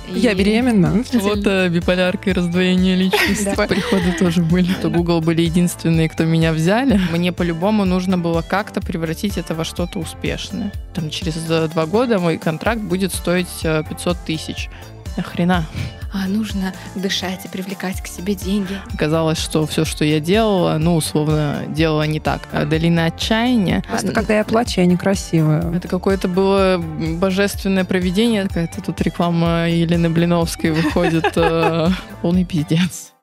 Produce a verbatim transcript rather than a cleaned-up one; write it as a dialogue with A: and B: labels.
A: Я беременна.
B: Вот э, биполярка и раздвоение личности. Приходы тоже были. То Google были единственные, кто меня взяли. Мне по-любому нужно было как-то превратить это во что-то успешное. Там через два года мой контракт будет стоить пятьсот тысяч. Нахрена?
C: А нужно дышать и привлекать к себе деньги.
B: Оказалось, что все, что я делала, ну, условно, делала не так. А долина отчаяния.
A: Просто когда я плачу, я некрасивая.
B: Это какое-то было божественное провидение. Какая-то тут реклама Елены Блиновской выходит. Полный пиздец.